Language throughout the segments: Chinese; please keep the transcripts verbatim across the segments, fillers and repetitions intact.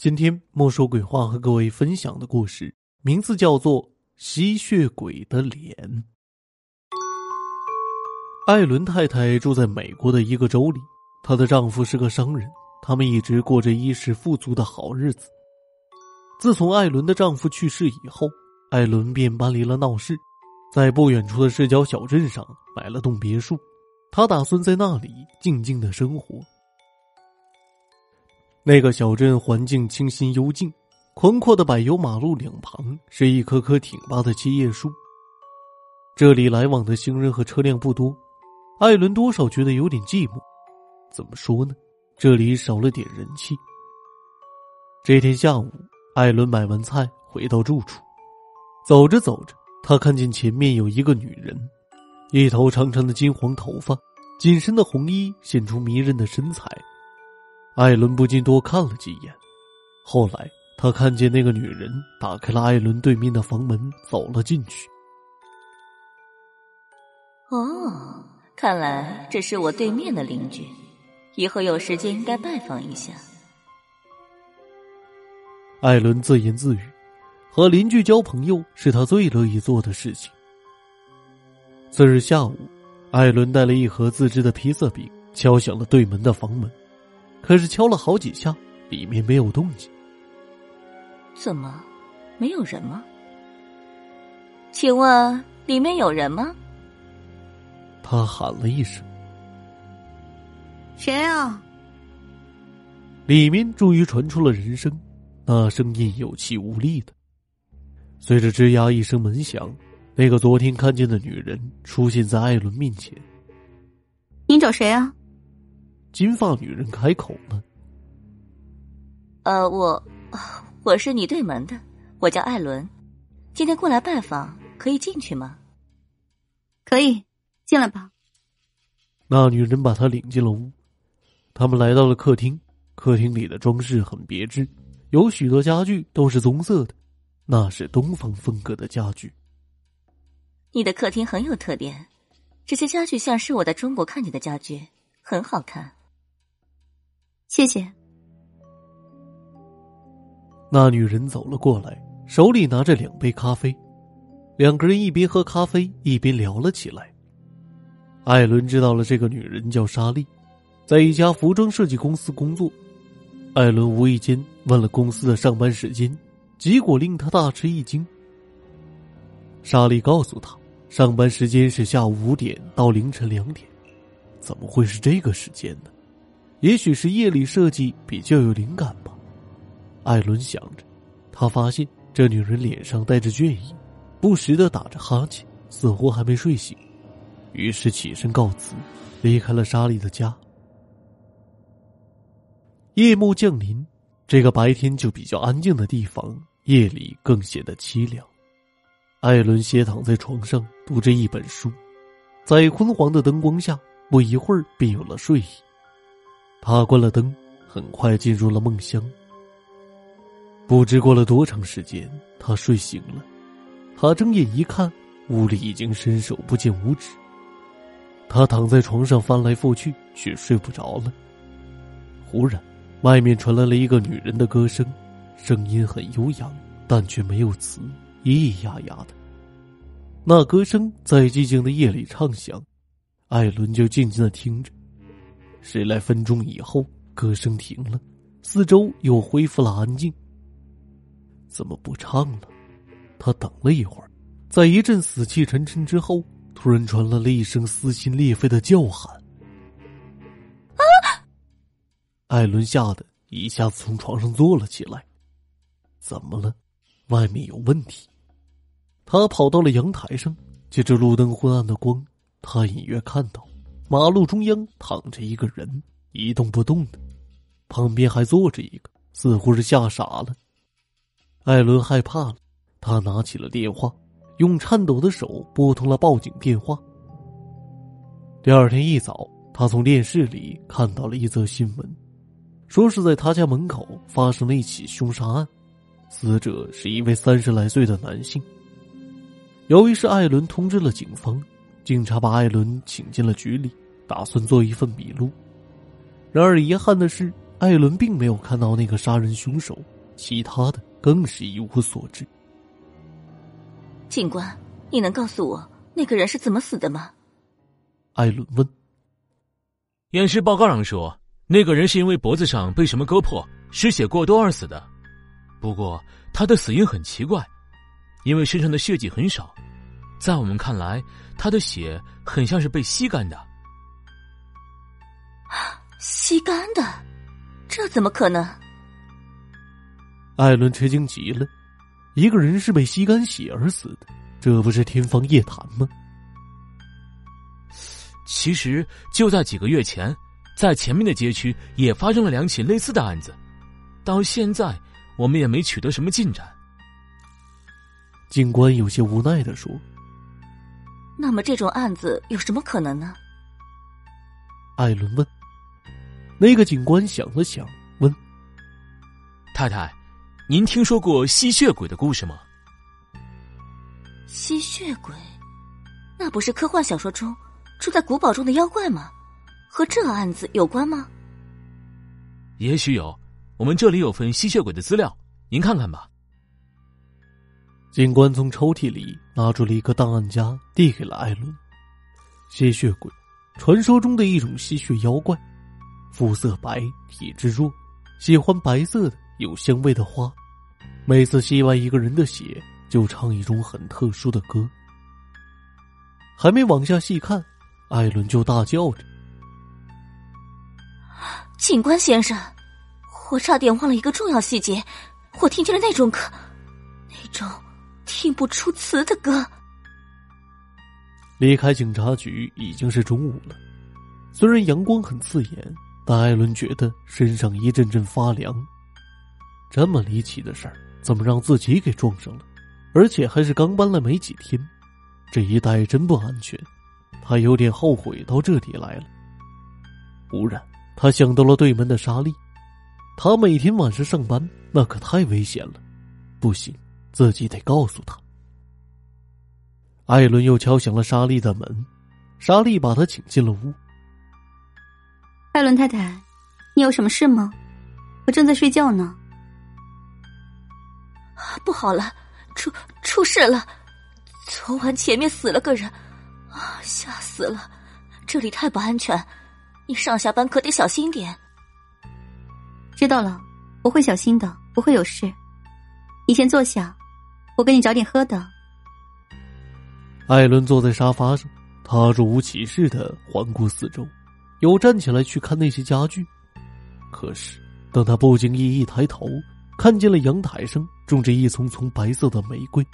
今天莫说鬼话和各位分享的故事名字叫做《吸血鬼的脸》。艾伦太太住在美国的一个州里，她的丈夫是个商人，他们一直过着衣食富足的好日子。自从艾伦的丈夫去世以后，艾伦便搬离了闹市，在不远处的市郊小镇上买了栋别墅，他打算在那里静静的生活。那个小镇环境清新幽静，宽阔的柏油马路两旁是一棵棵挺拔的七叶树。这里来往的行人和车辆不多，艾伦多少觉得有点寂寞。怎么说呢？这里少了点人气。这天下午，艾伦买完菜回到住处，走着走着，他看见前面有一个女人，一头长长的金黄头发，紧身的红衣显出迷人的身材。艾伦不禁多看了几眼，后来他看见那个女人打开了艾伦对面的房门，走了进去。 哦，看来这是我对面的邻居，以后有时间应该拜访一下。 艾伦自言自语，和邻居交朋友是他最乐意做的事情。次日下午，艾伦带了一盒自制的披萨饼，敲响了对门的房门。可是敲了好几下，里面没有动静。 怎么，没有人吗？请问里面有人吗？ 他喊了一声。 谁啊？ 里面终于传出了人声，那声音有气无力的。随着吱呀一声门响，那个昨天看见的女人出现在艾伦面前。 您找谁啊？ 金发女人开口了。 呃，我我是你对门的，我叫艾伦，今天过来拜访，可以进去吗？ 可以，进来吧。 那女人把他领进了屋。他们来到了客厅，客厅里的装饰很别致，有许多家具都是棕色的，那是东方风格的家具。 你的客厅很有特点，这些家具像是我在中国看见的家具，很好看。 谢谢。 那女人走了过来，手里拿着两杯咖啡，两个人一边喝咖啡一边聊了起来。艾伦知道了这个女人叫莎莉，在一家服装设计公司工作。艾伦无意间问了公司的上班时间，结果令他大吃一惊。莎莉告诉他，上班时间是下午五点到凌晨两点。怎么会是这个时间呢？也许是夜里设计比较有灵感吧。艾伦想着，他发现这女人脸上带着倦意，不时地打着哈欠，似乎还没睡醒。于是起身告辞，离开了莎莉的家。夜幕降临，这个白天就比较安静的地方，夜里更显得凄凉。艾伦斜躺在床上，读着一本书，在昏黄的灯光下，不一会儿便有了睡意。他关了灯，很快进入了梦乡。不知过了多长时间，他睡醒了。他睁眼一看，屋里已经伸手不见五指。他躺在床上翻来覆去，却睡不着了。忽然，外面传来了一个女人的歌声，声音很悠扬，但却没有词，咿咿呀呀的。那歌声在寂静的夜里唱响，艾伦就静静地听着。十来分钟以后，歌声停了，四周又恢复了安静。怎么不唱了？他等了一会儿，在一阵死气沉沉之后，突然传来了一声撕心裂肺的叫喊。 啊！ 艾伦吓得一下子从床上坐了起来。怎么了？外面有问题。他跑到了阳台上，借着路灯昏暗的光，他隐约看到马路中央躺着一个人，一动不动的，旁边还坐着一个，似乎是吓傻了。艾伦害怕了，他拿起了电话，用颤抖的手拨通了报警电话。第二天一早，他从电视里看到了一则新闻，说是在他家门口发生了一起凶杀案，死者是一位三十来岁的男性。由于是艾伦通知了警方，警察把艾伦请进了局里，打算做一份笔录。然而遗憾的是，艾伦并没有看到那个杀人凶手， 其他的更是一无所知。 警官，你能告诉我那个人是怎么死的吗？ 艾伦问。 验尸报告上说，那个人是因为脖子上被什么割破，失血过多而死的。不过他的死因很奇怪，因为身上的血迹很少，在我们看来，他的血很像是被吸干的。 吸干的？这怎么可能？ 艾伦吃惊极了，一个人是被吸干血而死的，这不是天方夜谭吗？ 其实就在几个月前，在前面的街区也发生了两起类似的案子，到现在我们也没取得什么进展。 警官有些无奈地说。 那么这种案子有什么可能呢？ 艾伦问。那个警官想了想问， 太太，您听说过吸血鬼的故事吗？ 吸血鬼？那不是科幻小说中住在古堡中的妖怪吗？和这案子有关吗？ 也许有，我们这里有份吸血鬼的资料，您看看吧。 警官从抽屉里拿出了一个档案夹，递给了艾伦。吸血鬼，传说中的一种吸血妖怪，肤色白，体质弱，喜欢白色的有香味的花，每次吸完一个人的血就唱一种很特殊的歌。还没往下细看，艾伦就大叫着， 警官先生，我差点忘了一个重要细节，我听见了那种歌，那种听不出词的歌。 离开警察局已经是中午了，虽然阳光很刺眼，但艾伦觉得身上一阵阵发凉。这么离奇的事儿，怎么让自己给撞上了？而且还是刚搬来没几天，这一带真不安全。他有点后悔到这里来了。忽然，他想到了对门的莎莉，他每天晚上上班，那可太危险了。不行，自己得告诉他。艾伦又敲响了莎莉的门，莎莉把他请进了屋。 艾伦太太，你有什么事吗？我正在睡觉呢。 不好了，出出事了！昨晚前面死了个人，啊，吓死了！这里太不安全，你上下班可得小心点。 知道了，我会小心的，不会有事。你先坐下，我给你找点喝的。 艾伦坐在沙发上，他若无其事地环顾四周，又站起来去看那些家具。可是当他不经意一抬头，看见了阳台上种着一丛丛白色的玫瑰。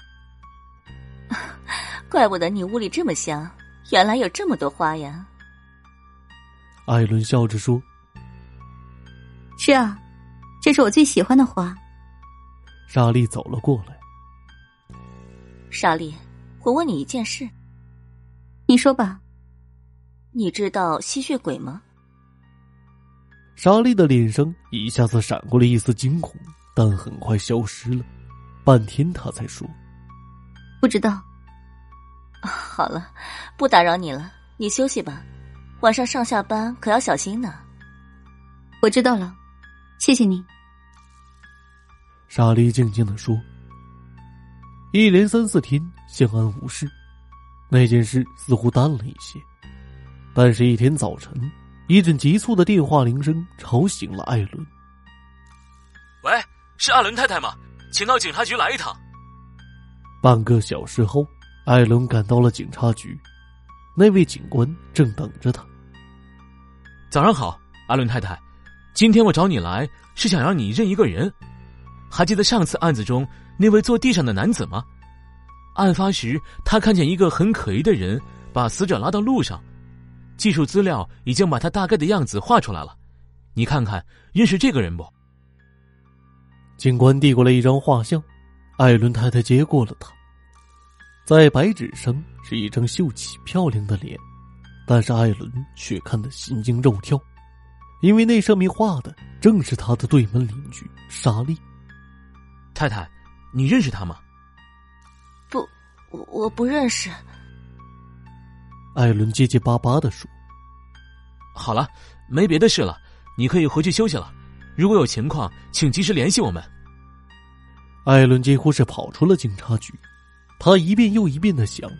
怪不得你屋里这么香，原来有这么多花呀。 艾伦笑着说。 是啊，这是我最喜欢的花。 莎莉走了过来。 莎莉，我问你一件事。 你说吧。 你知道吸血鬼吗？ 莎莉的脸上一下子闪过了一丝惊恐，但很快消失了。半天她才说， 不知道。 好了，不打扰你了，你休息吧，晚上上下班可要小心呢。 我知道了，谢谢你。 莎莉静静地说。一连三四天相安无事，那件事似乎淡了一些。但是一天早晨，一阵急促的电话铃声吵醒了艾伦。 喂，是艾伦太太吗？请到警察局来一趟。 半个小时后，艾伦赶到了警察局，那位警官正等着他。 早上好，艾伦太太，今天我找你来是想让你认一个人。还记得上次案子中那位坐地上的男子吗？案发时他看见一个很可疑的人把死者拉到路上，技术资料已经把他大概的样子画出来了，你看看认识这个人不？ 警官递过来一张画像，艾伦太太接过了它。在白纸上是一张秀气漂亮的脸，但是艾伦却看得心惊肉跳，因为那上面画的正是他的对门邻居莎莉。 太太，你认识他吗？ 不，我我不认识。 艾伦结结巴巴地说。 好了，没别的事了，你可以回去休息了，如果有情况请及时联系我们。 艾伦几乎是跑出了警察局，他一遍又一遍地想：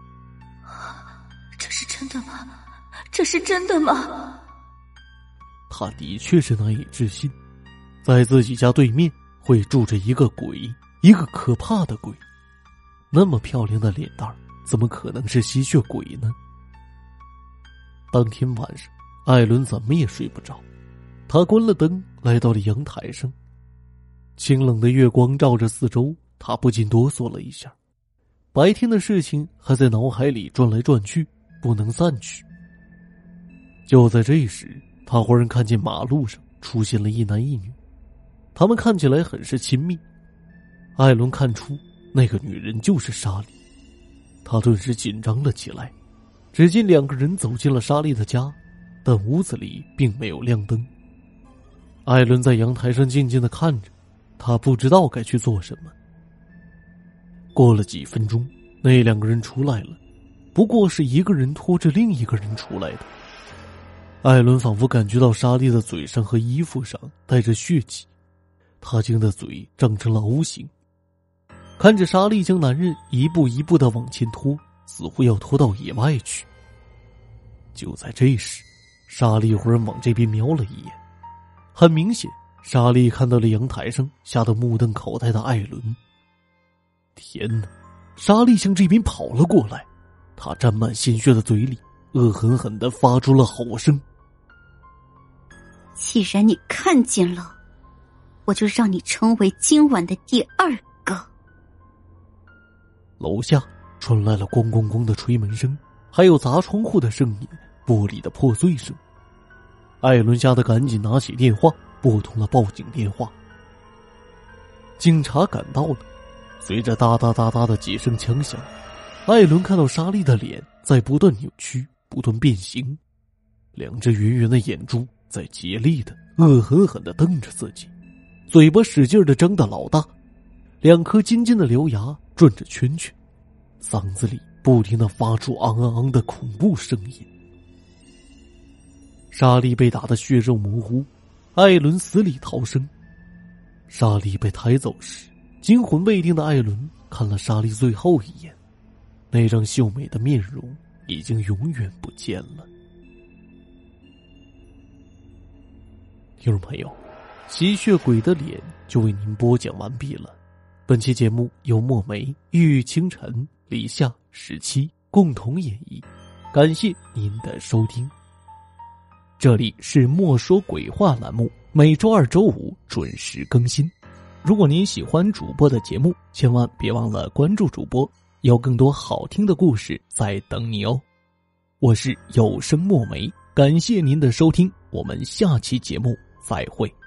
这是真的吗？这是真的吗？ 他的确是难以置信，在自己家对面会住着一个鬼，一个可怕的鬼。那么漂亮的脸蛋，怎么可能是吸血鬼呢？当天晚上，艾伦怎么也睡不着，他关了灯，来到了阳台上。清冷的月光照着四周，他不禁哆嗦了一下。白天的事情还在脑海里转来转去，不能散去。就在这时，他忽然看见马路上出现了一男一女，他们看起来很是亲密。艾伦看出那个女人就是莎莉，他顿时紧张了起来。只见两个人走进了莎莉的家，但屋子里并没有亮灯。艾伦在阳台上静静地看着，他不知道该去做什么。过了几分钟，那两个人出来了，不过是一个人拖着另一个人出来的。艾伦仿佛感觉到莎莉的嘴上和衣服上带着血迹，他惊得嘴张成了 O 型。看着莎莉将男人一步一步地往前拖，似乎要拖到野外去。就在这时，莎莉忽然往这边瞄了一眼，很明显，莎莉看到了阳台上吓得目瞪口呆的艾伦。天哪！莎莉向这边跑了过来，她沾满鲜血的嘴里恶狠狠地发出了吼声： 既然你看见了，我就让你成为今晚的第二个。 楼下传来了咣咣咣的捶门声，还有砸窗户的声音，玻璃的破碎声。艾伦吓得赶紧拿起电话拨通了报警电话。警察赶到了，随着哒哒哒哒的几声枪响，艾伦看到莎莉的脸在不断扭曲，不断变形，两只圆圆的眼珠在竭力的恶狠狠地瞪着自己，嘴巴使劲地张得老大，两颗尖尖的獠牙转着圈圈，嗓子里不停地发出昂昂昂的恐怖声音。莎莉被打得血肉模糊，艾伦死里逃生。莎莉被抬走时，惊魂未定的艾伦看了莎莉最后一眼，那张秀美的面容已经永远不见了。听众朋友，吸血鬼的脸就为您播讲完毕了。本期节目由墨梅、玉玉清晨、李夏、十七共同演绎，感谢您的收听。这里是莫说鬼话栏目，每周二、周五准时更新。如果您喜欢主播的节目，千万别忘了关注主播，有更多好听的故事在等你哦。我是有声墨梅，感谢您的收听，我们下期节目再会。